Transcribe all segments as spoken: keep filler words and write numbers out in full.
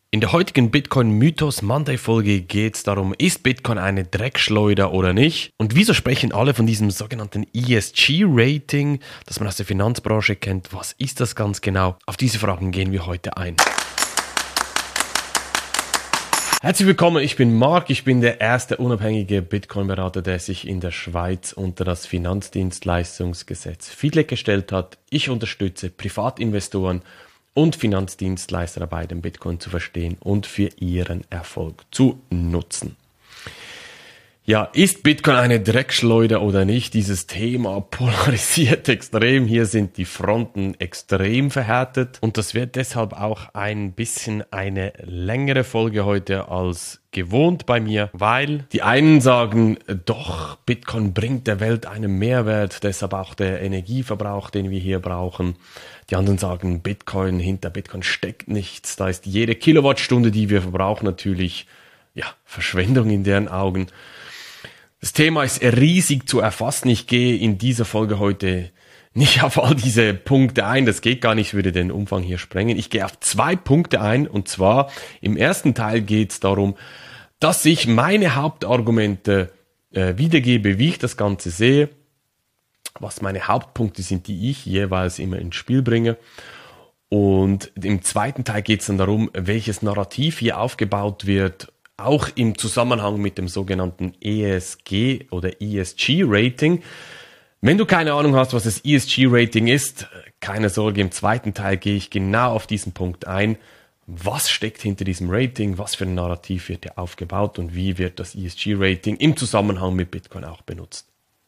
In der heutigen Bitcoin Mythos Monday Folge geht es darum, ist Bitcoin eine Dreckschleuder oder nicht? Und wieso sprechen alle von diesem sogenannten E S G-Rating, das man aus der Finanzbranche kennt? Was ist das ganz genau? Auf diese Fragen gehen wir heute ein. Herzlich willkommen, ich bin Marc, ich bin der erste unabhängige Bitcoin-Berater, der sich in der Schweiz unter das Finanzdienstleistungsgesetz F I D L E gestellt hat. Ich unterstütze Privatinvestoren und Finanzdienstleister dabei, den Bitcoin zu verstehen und für ihren Erfolg zu nutzen. Ja, ist Bitcoin eine Dreckschleuder oder nicht? Dieses Thema polarisiert extrem. Hier sind die Fronten extrem verhärtet und das wird deshalb auch ein bisschen eine längere Folge heute als gewohnt bei mir, weil die einen sagen, doch, Bitcoin bringt der Welt einen Mehrwert, deshalb auch der Energieverbrauch, den wir hier brauchen. Die anderen sagen, Bitcoin, hinter Bitcoin steckt nichts. Da ist jede Kilowattstunde, die wir verbrauchen, natürlich ja, Verschwendung in deren Augen. Das Thema ist riesig zu erfassen. Ich gehe in dieser Folge heute nicht auf all diese Punkte ein. Das geht gar nicht, ich würde den Umfang hier sprengen. Ich gehe auf zwei Punkte ein. Und zwar im ersten Teil geht es darum, dass ich meine Hauptargumente äh, wiedergebe, wie ich das Ganze sehe, was meine Hauptpunkte sind, die ich jeweils immer ins Spiel bringe. Und im zweiten Teil geht es dann darum, welches Narrativ hier aufgebaut wird, auch im Zusammenhang mit dem sogenannten E S G oder E S G-Rating. Wenn du keine Ahnung hast, was das E S G-Rating ist, keine Sorge, im zweiten Teil gehe ich genau auf diesen Punkt ein. Was steckt hinter diesem Rating, was für ein Narrativ wird hier aufgebaut und wie wird das E S G-Rating im Zusammenhang mit Bitcoin auch benutzt.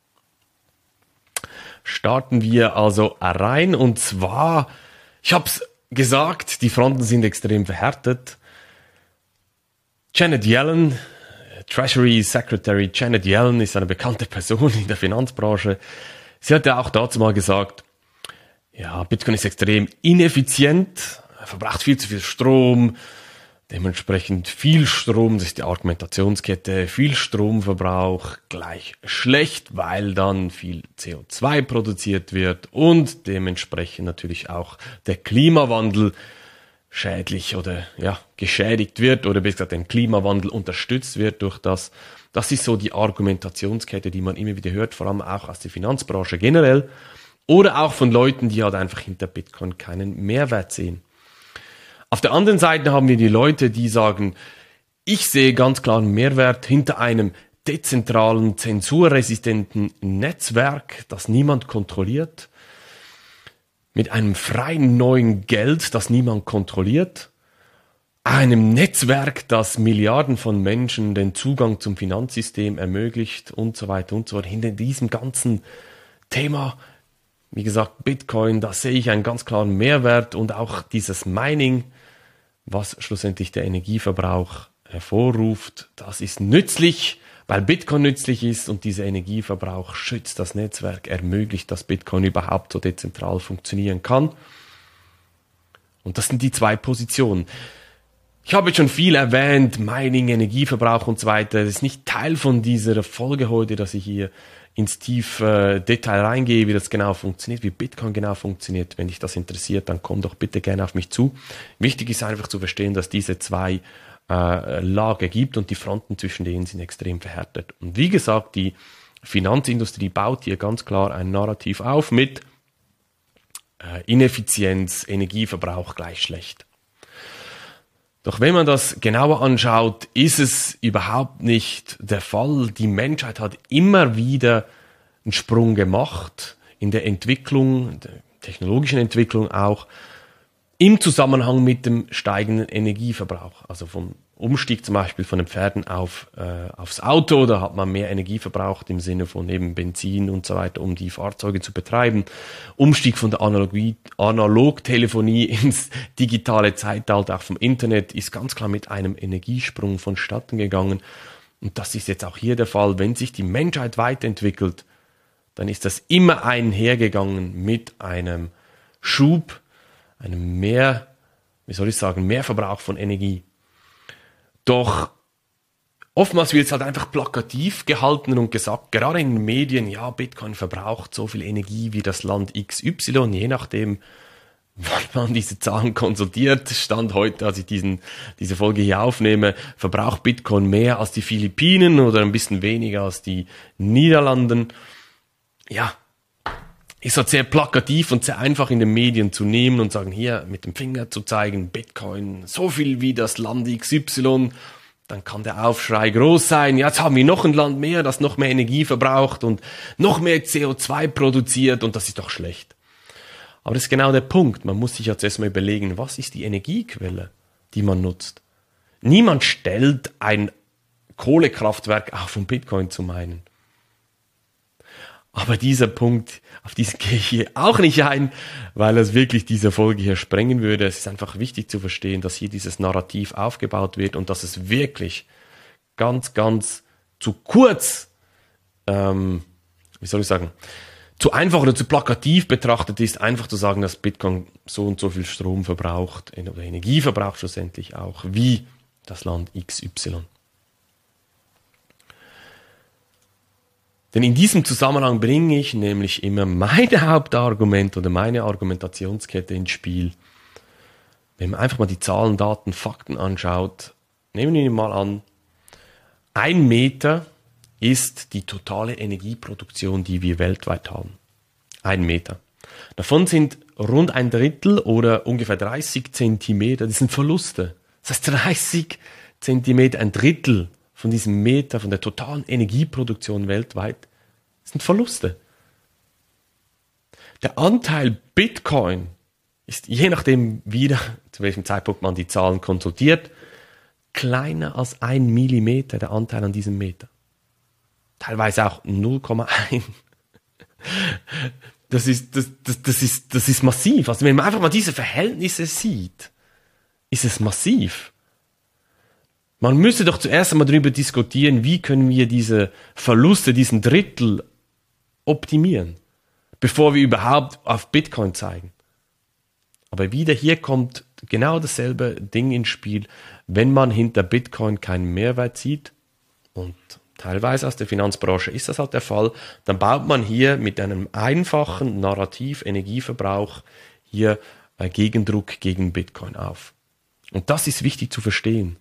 Starten wir also rein und zwar, ich habe es gesagt, die Fronten sind extrem verhärtet. Janet Yellen, Treasury Secretary Janet Yellen ist eine bekannte Person in der Finanzbranche. Sie hat ja auch dazu mal gesagt, ja, Bitcoin ist extrem ineffizient, verbraucht viel zu viel Strom, dementsprechend viel Strom, das ist die Argumentationskette, viel Stromverbrauch gleich schlecht, weil dann viel C O zwei produziert wird und dementsprechend natürlich auch der Klimawandel schädlich oder ja geschädigt wird oder besser gesagt, der Klimawandel unterstützt wird durch das. Das ist so die Argumentationskette, die man immer wieder hört, vor allem auch aus der Finanzbranche generell oder auch von Leuten, die halt einfach hinter Bitcoin keinen Mehrwert sehen. Auf der anderen Seite haben wir die Leute, die sagen, ich sehe ganz klar einen Mehrwert hinter einem dezentralen, zensurresistenten Netzwerk, das niemand kontrolliert, mit einem freien neuen Geld, das niemand kontrolliert, einem Netzwerk, das Milliarden von Menschen den Zugang zum Finanzsystem ermöglicht und so weiter und so fort. Hinter diesem ganzen Thema, wie gesagt, Bitcoin, da sehe ich einen ganz klaren Mehrwert und auch dieses Mining, was schlussendlich der Energieverbrauch hervorruft, das ist nützlich, weil Bitcoin nützlich ist und dieser Energieverbrauch schützt das Netzwerk, ermöglicht, dass Bitcoin überhaupt so dezentral funktionieren kann. Und das sind die zwei Positionen. Ich habe jetzt schon viel erwähnt, Mining, Energieverbrauch und so weiter. Das ist nicht Teil von dieser Folge heute, dass ich hier ins tiefe Detail reingehe, wie das genau funktioniert, wie Bitcoin genau funktioniert. Wenn dich das interessiert, dann komm doch bitte gerne auf mich zu. Wichtig ist einfach zu verstehen, dass diese zwei äh, Lager gibt und die Fronten zwischen denen sind extrem verhärtet. Und wie gesagt, die Finanzindustrie baut hier ganz klar ein Narrativ auf mit äh, Ineffizienz, Energieverbrauch gleich schlecht. Doch wenn man das genauer anschaut, ist es überhaupt nicht der Fall. Die Menschheit hat immer wieder einen Sprung gemacht in der Entwicklung, der technologischen Entwicklung auch, im Zusammenhang mit dem steigenden Energieverbrauch. Also vom Umstieg zum Beispiel von den Pferden auf, äh, aufs Auto, da hat man mehr Energie verbraucht im Sinne von eben Benzin und so weiter, um die Fahrzeuge zu betreiben. Umstieg von der Analogie, Analogtelefonie ins digitale Zeitalter, auch vom Internet, ist ganz klar mit einem Energiesprung vonstatten gegangen. Und das ist jetzt auch hier der Fall. Wenn sich die Menschheit weiterentwickelt, dann ist das immer einhergegangen mit einem Schub, einem mehr, wie soll ich sagen, Mehrverbrauch von Energie. Doch oftmals wird es halt einfach plakativ gehalten und gesagt, gerade in den Medien, ja, Bitcoin verbraucht so viel Energie wie das Land X Y, je nachdem, wann man diese Zahlen konsultiert, Stand heute, als ich diesen, diese Folge hier aufnehme, verbraucht Bitcoin mehr als die Philippinen oder ein bisschen weniger als die Niederlanden. Ja, ist halt sehr plakativ und sehr einfach in den Medien zu nehmen und sagen, hier mit dem Finger zu zeigen, Bitcoin so viel wie das Land X Y, dann kann der Aufschrei groß sein, ja, jetzt haben wir noch ein Land mehr, das noch mehr Energie verbraucht und noch mehr C O zwei produziert und das ist doch schlecht. Aber das ist genau der Punkt. Man muss sich jetzt erstmal überlegen, was ist die Energiequelle, die man nutzt. Niemand stellt ein Kohlekraftwerk auf, um Bitcoin zu meinen. Aber dieser Punkt, auf diesen gehe ich hier auch nicht ein, weil es wirklich diese Folge hier sprengen würde. Es ist einfach wichtig zu verstehen, dass hier dieses Narrativ aufgebaut wird und dass es wirklich ganz, ganz zu kurz, ähm, wie soll ich sagen, zu einfach oder zu plakativ betrachtet ist, einfach zu sagen, dass Bitcoin so und so viel Strom verbraucht oder Energie verbraucht schlussendlich auch, wie das Land X Y. Denn in diesem Zusammenhang bringe ich nämlich immer mein Hauptargument oder meine Argumentationskette ins Spiel. Wenn man einfach mal die Zahlen, Daten, Fakten anschaut, nehmen wir mal an, ein Meter ist die totale Energieproduktion, die wir weltweit haben. Ein Meter. Davon sind rund ein Drittel oder ungefähr dreißig Zentimeter, das sind Verluste. Das heißt dreißig Zentimeter, ein Drittel von diesem Meter, von der totalen Energieproduktion weltweit, sind Verluste. Der Anteil Bitcoin ist, je nachdem wieder, zu welchem Zeitpunkt man die Zahlen konsultiert, kleiner als ein Millimeter, der Anteil an diesem Meter. Teilweise auch null Komma eins. Das ist, das, das, das, ist, das ist massiv. Also wenn man einfach mal diese Verhältnisse sieht, ist es massiv. Man müsste doch zuerst einmal darüber diskutieren, wie können wir diese Verluste, diesen Drittel optimieren, bevor wir überhaupt auf Bitcoin zeigen. Aber wieder hier kommt genau dasselbe Ding ins Spiel, wenn man hinter Bitcoin keinen Mehrwert sieht, und teilweise aus der Finanzbranche ist das halt der Fall, dann baut man hier mit einem einfachen Narrativ Energieverbrauch hier äh, Gegendruck gegen Bitcoin auf. Und das ist wichtig zu verstehen.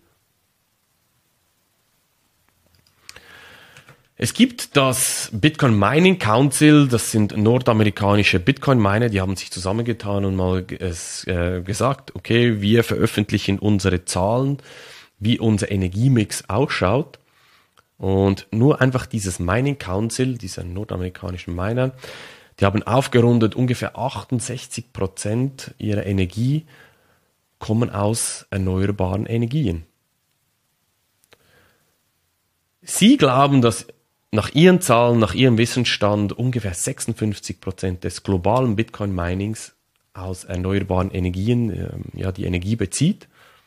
Es gibt das Bitcoin Mining Council, das sind nordamerikanische Bitcoin-Miner, die haben sich zusammengetan und mal es, äh, gesagt, okay, wir veröffentlichen unsere Zahlen, wie unser Energiemix ausschaut. Und nur einfach dieses Mining Council, dieser nordamerikanischen Miner, die haben aufgerundet, ungefähr achtundsechzig Prozent ihrer Energie kommen aus erneuerbaren Energien. Sie glauben, dass nach ihren Zahlen, nach ihrem Wissensstand ungefähr sechsundfünfzig Prozent des globalen Bitcoin-Minings aus erneuerbaren Energien, äh, ja, die Energie bezieht.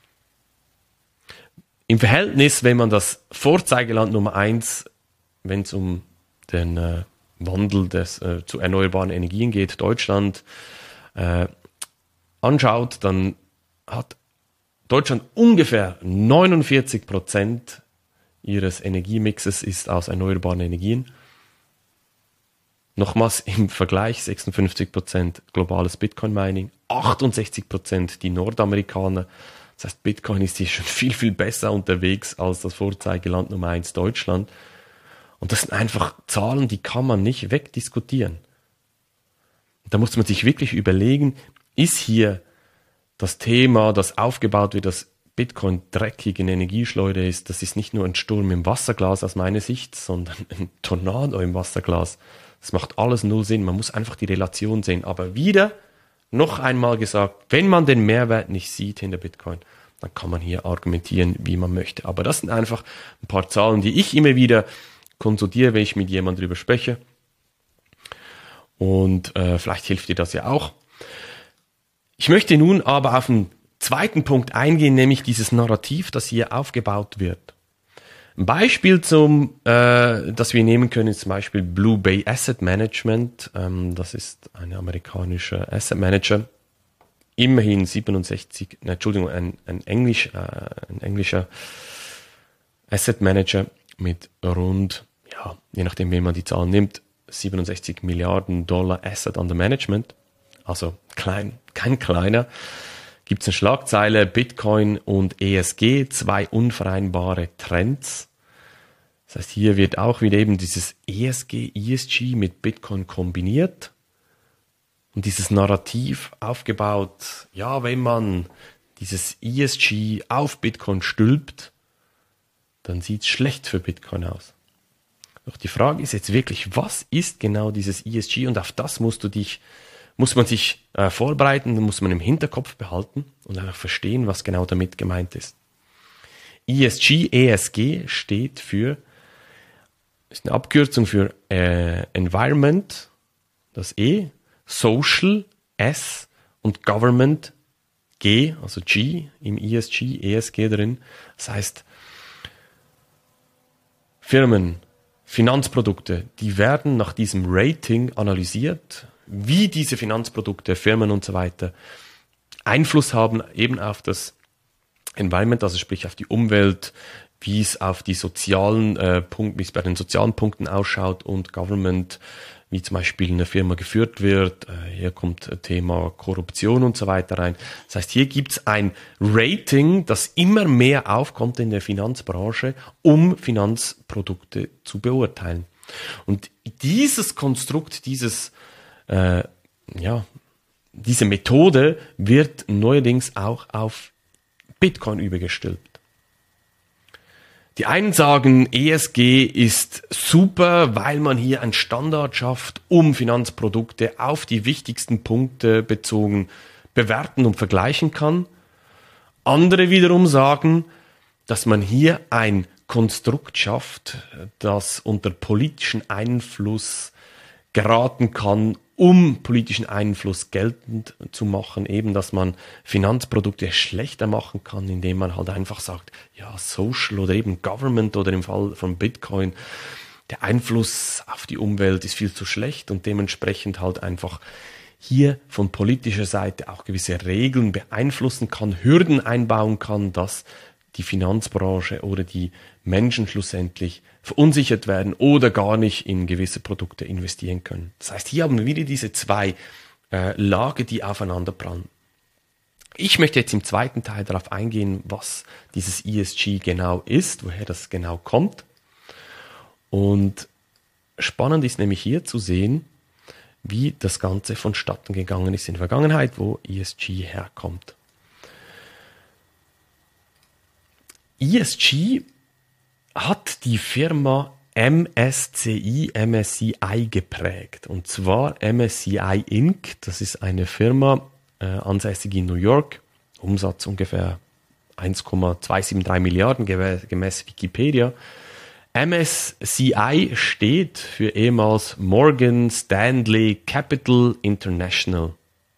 Im Verhältnis, wenn man das Vorzeigeland Nummer eins, wenn es um den äh, Wandel des, äh, zu erneuerbaren Energien geht, Deutschland, äh, anschaut, dann hat Deutschland ungefähr neunundvierzig Prozent ihres Energiemixes ist aus erneuerbaren Energien. Nochmals im Vergleich, sechsundfünfzig Prozent globales Bitcoin-Mining, achtundsechzig Prozent die Nordamerikaner. Das heißt, Bitcoin ist hier schon viel, viel besser unterwegs als das Vorzeigeland Nummer eins Deutschland. Und das sind einfach Zahlen, die kann man nicht wegdiskutieren. Da muss man sich wirklich überlegen, ist hier das Thema, das aufgebaut wird, dass Bitcoin dreckig in Energieschleuder ist, das ist nicht nur ein Sturm im Wasserglas aus meiner Sicht, sondern ein Tornado im Wasserglas. Das macht alles null Sinn. Man muss einfach die Relation sehen. Aber wieder, noch einmal gesagt, wenn man den Mehrwert nicht sieht hinter Bitcoin, dann kann man hier argumentieren, wie man möchte. Aber das sind einfach ein paar Zahlen, die ich immer wieder konsultiere, wenn ich mit jemandem darüber spreche. Und äh, vielleicht hilft dir das ja auch. Ich möchte nun aber auf einen zweiten Punkt eingehen, nämlich dieses Narrativ, das hier aufgebaut wird. Ein Beispiel, zum, äh, das wir nehmen können, ist zum Beispiel Blue Bay Asset Management. Ähm, das ist ein amerikanischer Asset Manager. Immerhin siebenundsechzig, ne, Entschuldigung, ein, ein, Englisch, äh, ein englischer Asset Manager mit rund, ja, je nachdem, wie man die Zahlen nimmt, siebenundsechzig Milliarden Dollar Asset under Management. Also klein, kein kleiner, gibt es eine Schlagzeile, Bitcoin und E S G, zwei unvereinbare Trends. Das heißt, hier wird auch wieder eben dieses E S G, E S G mit Bitcoin kombiniert und dieses Narrativ aufgebaut, ja, wenn man dieses E S G auf Bitcoin stülpt, dann sieht es schlecht für Bitcoin aus. Doch die Frage ist jetzt wirklich, was ist genau dieses E S G? Und auf das musst du dich, muss man sich äh, vorbereiten, muss man im Hinterkopf behalten und einfach verstehen, was genau damit gemeint ist. E S G, E S G steht für, ist eine Abkürzung für äh, Environment, das E, Social, S und Government, G, also G im E S G, E S G drin. Das heißt, Firmen, Finanzprodukte, die werden nach diesem Rating analysiert, wie diese Finanzprodukte, Firmen und so weiter Einfluss haben eben auf das Environment, also sprich auf die Umwelt, wie es auf die sozialen äh, Punkte, wie es bei den sozialen Punkten ausschaut und Government, wie zum Beispiel eine Firma geführt wird. Äh, hier kommt Thema Korruption und so weiter rein. Das heißt, hier gibt es ein Rating, das immer mehr aufkommt in der Finanzbranche, um Finanzprodukte zu beurteilen. Und dieses Konstrukt, dieses, äh, ja, diese Methode wird neuerdings auch auf Bitcoin übergestülpt. Die einen sagen, E S G ist super, weil man hier einen Standard schafft, um Finanzprodukte auf die wichtigsten Punkte bezogen bewerten und vergleichen kann. Andere wiederum sagen, dass man hier ein Konstrukt schafft, das unter politischen Einfluss geraten kann, um politischen Einfluss geltend zu machen, eben, dass man Finanzprodukte schlechter machen kann, indem man halt einfach sagt, ja, Social oder eben Government oder im Fall von Bitcoin, der Einfluss auf die Umwelt ist viel zu schlecht und dementsprechend halt einfach hier von politischer Seite auch gewisse Regeln beeinflussen kann, Hürden einbauen kann, dass die Finanzbranche oder die Menschen schlussendlich verunsichert werden oder gar nicht in gewisse Produkte investieren können. Das heißt, hier haben wir wieder diese zwei äh, Lager, die aufeinander prallen. Ich möchte jetzt im zweiten Teil darauf eingehen, was dieses E S G genau ist, woher das genau kommt. Und spannend ist nämlich hier zu sehen, wie das Ganze vonstatten gegangen ist in der Vergangenheit, wo E S G herkommt. E S G hat die Firma M S C I, M S C I geprägt. Und zwar M S C I Incorporated. Das ist eine Firma, äh, ansässig in New York. Umsatz ungefähr eins Komma zweihundertdreiundsiebzig Milliarden gemäß, gemäß Wikipedia. M S C I steht für ehemals Morgan Stanley Capital International.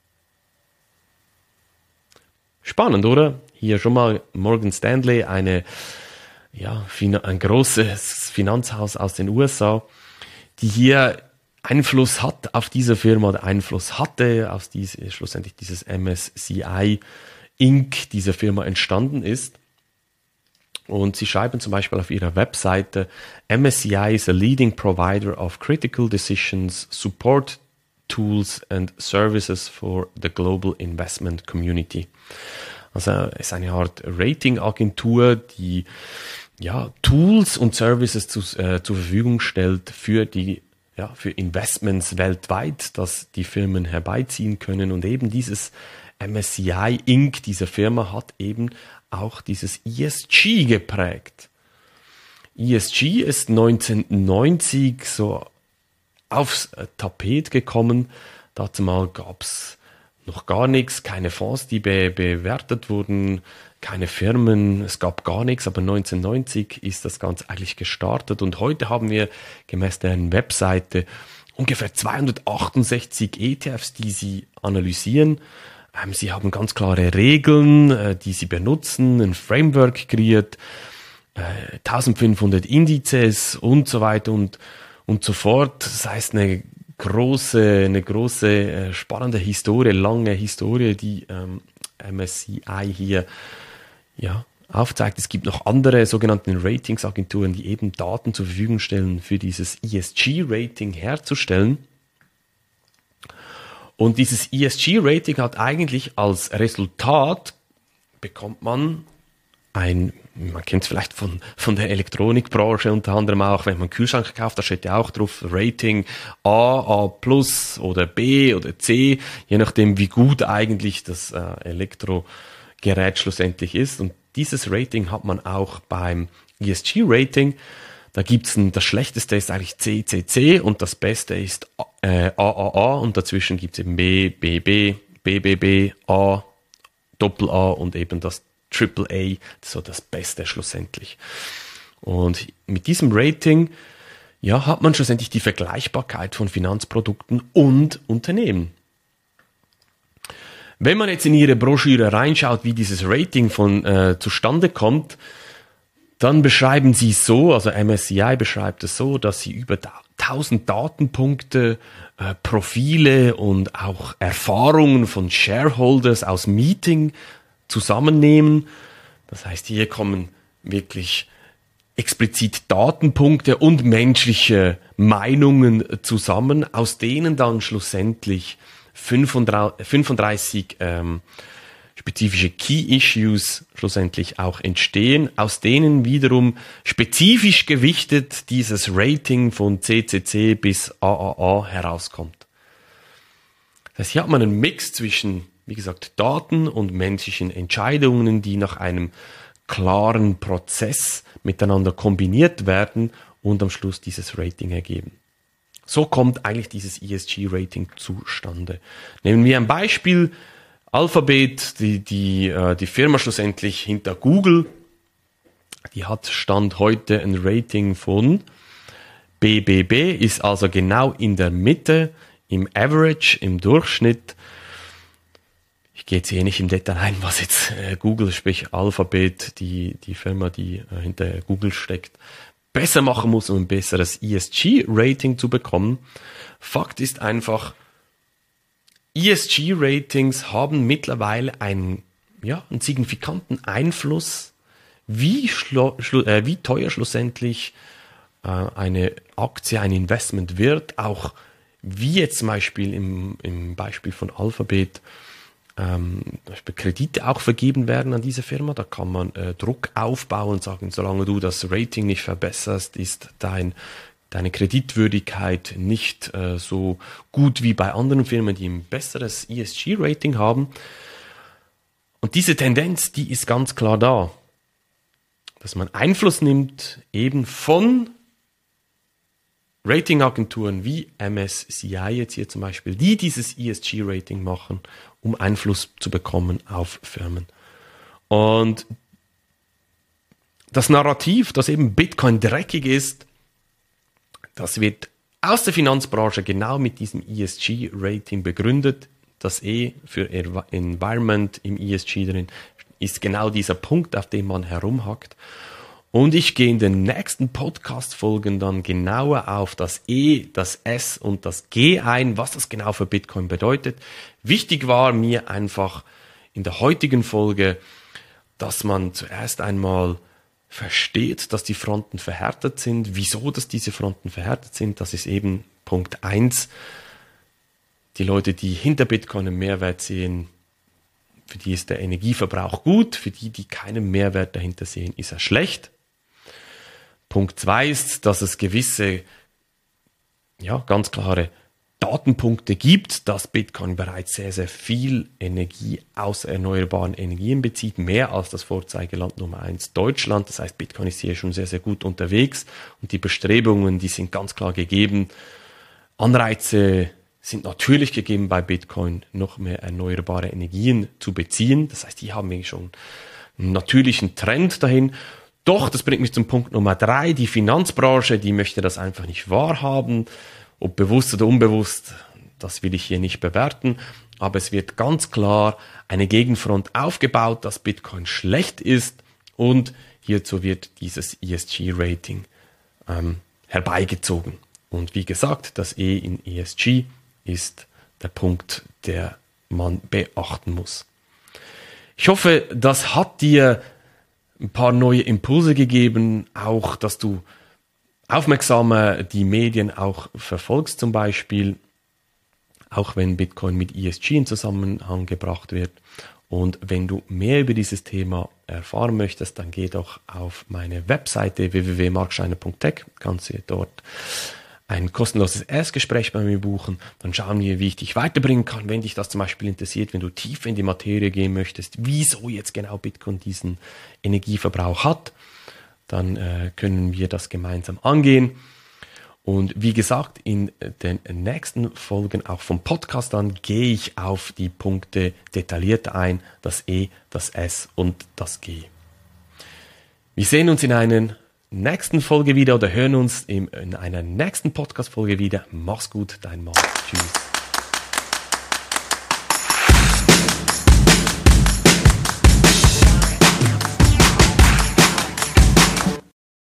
Spannend, oder? Hier schon mal Morgan Stanley, eine, ja, ein großes Finanzhaus aus den U S A, die hier Einfluss hat auf diese Firma, oder Einfluss hatte, aus diese, schlussendlich dieses M S C I Incorporated, diese Firma entstanden ist. Und sie schreiben zum Beispiel auf ihrer Webseite, M S C I is a leading provider of critical decisions, support tools and services for the global investment community. Also es ist eine Art Ratingagentur, die ja, Tools und Services zu, äh, zur Verfügung stellt für die ja, für Investments weltweit, dass die Firmen herbeiziehen können. Und eben dieses M S C I Incorporated, diese Firma, hat eben auch dieses E S G geprägt. E S G ist neunzehnhundertneunzig so aufs Tapet gekommen. Dazu mal gab es noch gar nichts, keine Fonds, die be- bewertet wurden, keine Firmen, es gab gar nichts, aber neunzehnhundertneunzig ist das Ganze eigentlich gestartet und heute haben wir gemäß deren Webseite ungefähr zweihundertachtundsechzig E T Fs, die sie analysieren. Ähm, sie haben ganz klare Regeln, äh, die sie benutzen, ein Framework kreiert, äh, eintausendfünfhundert Indizes und so weiter und, und so fort. Das heißt, eine große, eine große, äh, spannende Historie, lange Historie, die ähm, M S C I hier ja, aufzeigt. Es gibt noch andere sogenannte Ratingsagenturen, die eben Daten zur Verfügung stellen, für dieses E S G-Rating herzustellen. Und dieses E S G-Rating hat eigentlich als Resultat, bekommt man ein, man kennt es vielleicht von, von der Elektronikbranche unter anderem auch, wenn man einen Kühlschrank kauft, da steht ja auch drauf Rating A, A plus oder B oder C, je nachdem wie gut eigentlich das äh, Elektrogerät schlussendlich ist. Und dieses Rating hat man auch beim E S G-Rating. Da gibt's ein, das Schlechteste ist eigentlich C C C und das Beste ist äh, A A A und dazwischen gibt's eben B, B B, B B B, A, Doppel A und eben das Triple A, so das Beste schlussendlich. Und mit diesem Rating, ja, hat man schlussendlich die Vergleichbarkeit von Finanzprodukten und Unternehmen. Wenn man jetzt in Ihre Broschüre reinschaut, wie dieses Rating von äh, zustande kommt, dann beschreiben Sie es so, also M S C I beschreibt es so, dass Sie über tausend Datenpunkte, äh, Profile und auch Erfahrungen von Shareholders aus Meeting zusammennehmen. Das heißt, hier kommen wirklich explizit Datenpunkte und menschliche Meinungen zusammen, aus denen dann schlussendlich fünfunddreißig ähm, spezifische Key Issues schlussendlich auch entstehen, aus denen wiederum spezifisch gewichtet dieses Rating von C C C bis A A A herauskommt. Das heißt, hier hat man einen Mix zwischen, wie gesagt, Daten und menschlichen Entscheidungen, die nach einem klaren Prozess miteinander kombiniert werden und am Schluss dieses Rating ergeben. So kommt eigentlich dieses E S G-Rating zustande. Nehmen wir ein Beispiel. Alphabet, die, die, die Firma schlussendlich hinter Google, die hat Stand heute ein Rating von B B B, ist also genau in der Mitte, im Average, im Durchschnitt. Ich gehe jetzt hier nicht im Detail ein, was jetzt Google, sprich Alphabet, die, die Firma, die hinter Google steckt, besser machen muss, um ein besseres E S G-Rating zu bekommen. Fakt ist einfach, E S G-Ratings haben mittlerweile einen, ja, einen signifikanten Einfluss, wie, schlo, schlu, äh, wie teuer schlussendlich äh, eine Aktie, ein Investment wird, auch wie jetzt zum Beispiel im, im Beispiel von Alphabet ähm, zum Beispiel Kredite auch vergeben werden an diese Firma. Da kann man äh, Druck aufbauen und sagen, solange du das Rating nicht verbesserst, ist dein deine Kreditwürdigkeit nicht äh, so gut wie bei anderen Firmen, die ein besseres E S G-Rating haben. Und diese Tendenz, die ist ganz klar da, dass man Einfluss nimmt eben von Ratingagenturen wie M S C I jetzt hier zum Beispiel, die dieses E S G-Rating machen, um Einfluss zu bekommen auf Firmen. Und das Narrativ, dass eben Bitcoin dreckig ist, das wird aus der Finanzbranche genau mit diesem E S G-Rating begründet. Das E für Environment im E S G drin ist genau dieser Punkt, auf dem man herumhackt. Und ich gehe in den nächsten Podcast-Folgen dann genauer auf das E, das S und das G ein, was das genau für Bitcoin bedeutet. Wichtig war mir einfach in der heutigen Folge, dass man zuerst einmal versteht, dass die Fronten verhärtet sind. Wieso, dass diese Fronten verhärtet sind, das ist eben Punkt eins. Die Leute, die hinter Bitcoin einen Mehrwert sehen, für die ist der Energieverbrauch gut, für die, die keinen Mehrwert dahinter sehen, ist er schlecht. Punkt zwei ist, dass es gewisse, ja, ganz klare Datenpunkte gibt, dass Bitcoin bereits sehr, sehr viel Energie aus erneuerbaren Energien bezieht, mehr als das Vorzeigeland Nummer eins Deutschland. Das heißt, Bitcoin ist hier schon sehr, sehr gut unterwegs und die Bestrebungen, die sind ganz klar gegeben. Anreize sind natürlich gegeben bei Bitcoin, noch mehr erneuerbare Energien zu beziehen. Das heißt, die haben eigentlich schon einen natürlichen Trend dahin. Doch, das bringt mich zum Punkt Nummer drei. Die Finanzbranche, die möchte das einfach nicht wahrhaben. Ob bewusst oder unbewusst, das will ich hier nicht bewerten. Aber es wird ganz klar eine Gegenfront aufgebaut, dass Bitcoin schlecht ist. Und hierzu wird dieses E S G-Rating ähm, herbeigezogen. Und wie gesagt, das E in E S G ist der Punkt, der man beachten muss. Ich hoffe, das hat dir ein paar neue Impulse gegeben, auch, dass du aufmerksamer die Medien auch verfolgst zum Beispiel, auch wenn Bitcoin mit E S G in Zusammenhang gebracht wird. Und wenn du mehr über dieses Thema erfahren möchtest, dann geh doch auf meine Webseite w w w punkt marksteiner punkt tech. Kannst du dort ein kostenloses Erstgespräch bei mir buchen. Dann schauen wir, wie ich dich weiterbringen kann, wenn dich das zum Beispiel interessiert, wenn du tiefer in die Materie gehen möchtest, wieso jetzt genau Bitcoin diesen Energieverbrauch hat. Dann äh, können wir das gemeinsam angehen. Und wie gesagt, in den nächsten Folgen auch vom Podcast dann gehe ich auf die Punkte detaillierter ein, das E, das S und das G. Wir sehen uns in einer nächsten Folge wieder oder hören uns in einer nächsten Podcast-Folge wieder. Mach's gut, dein Marc. Tschüss.